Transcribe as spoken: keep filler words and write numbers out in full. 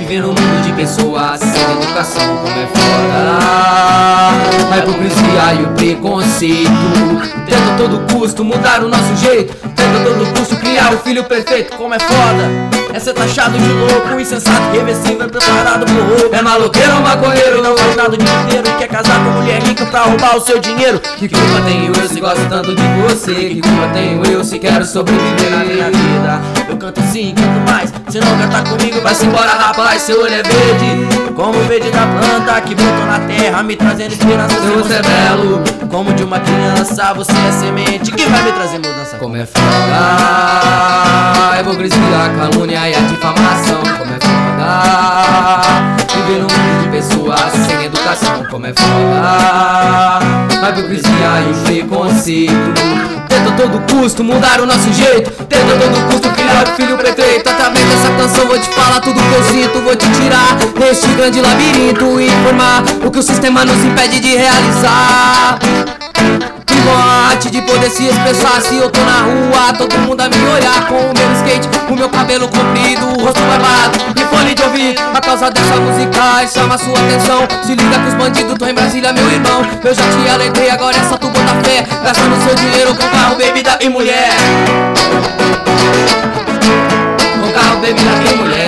Viver num mundo de pessoas sem educação, como é foda. A hipocrisia e o preconceito tenta a todo custo mudar o nosso jeito, tenta a todo custo criar o filho perfeito, como é foda. É ser taxado de louco, insensato, irreversível, preparado pro roubo. É maloqueiro ou maconheiro, não faz nada de inteiro, quer casar com mulher rica pra roubar o seu dinheiro. Que culpa tenho eu se gosto tanto de você? Que culpa tenho eu se quero sobreviver na minha vida? Eu canto sim, canto mais, se não cantar comigo vai-se embora, rapaz. Seu olho é verde, como o verde da planta que brotou na terra, me trazendo inspiração. Se você é belo, como de uma criança, você é semente que vai me trazer mudança. Como é foda a hipocrisia, a calúnia e a difamação, como é foda viver num mundo de pessoas sem educação, como é foda a hipocrisia e o preconceito tenta a todo custo mudar o nosso jeito, tenta a todo custo criar o filho perfeito. Através dessa canção vou te falar tudo que eu sinto, vou te tirar deste grande labirinto e informar o que o sistema nos impede de realizar. Com a arte de poder se expressar, se eu tô na rua, todo mundo a me olhar com o meu skate, o meu cabelo comprido, o rosto barbado e fone de ouvir. A causa dessa música chama sua atenção. Se liga que os bandidos tão em Brasília, meu irmão. Eu já te alertei, agora é só tu botar fé, gastando seu dinheiro com carro, bebida e mulher. Com carro, bebida e mulher.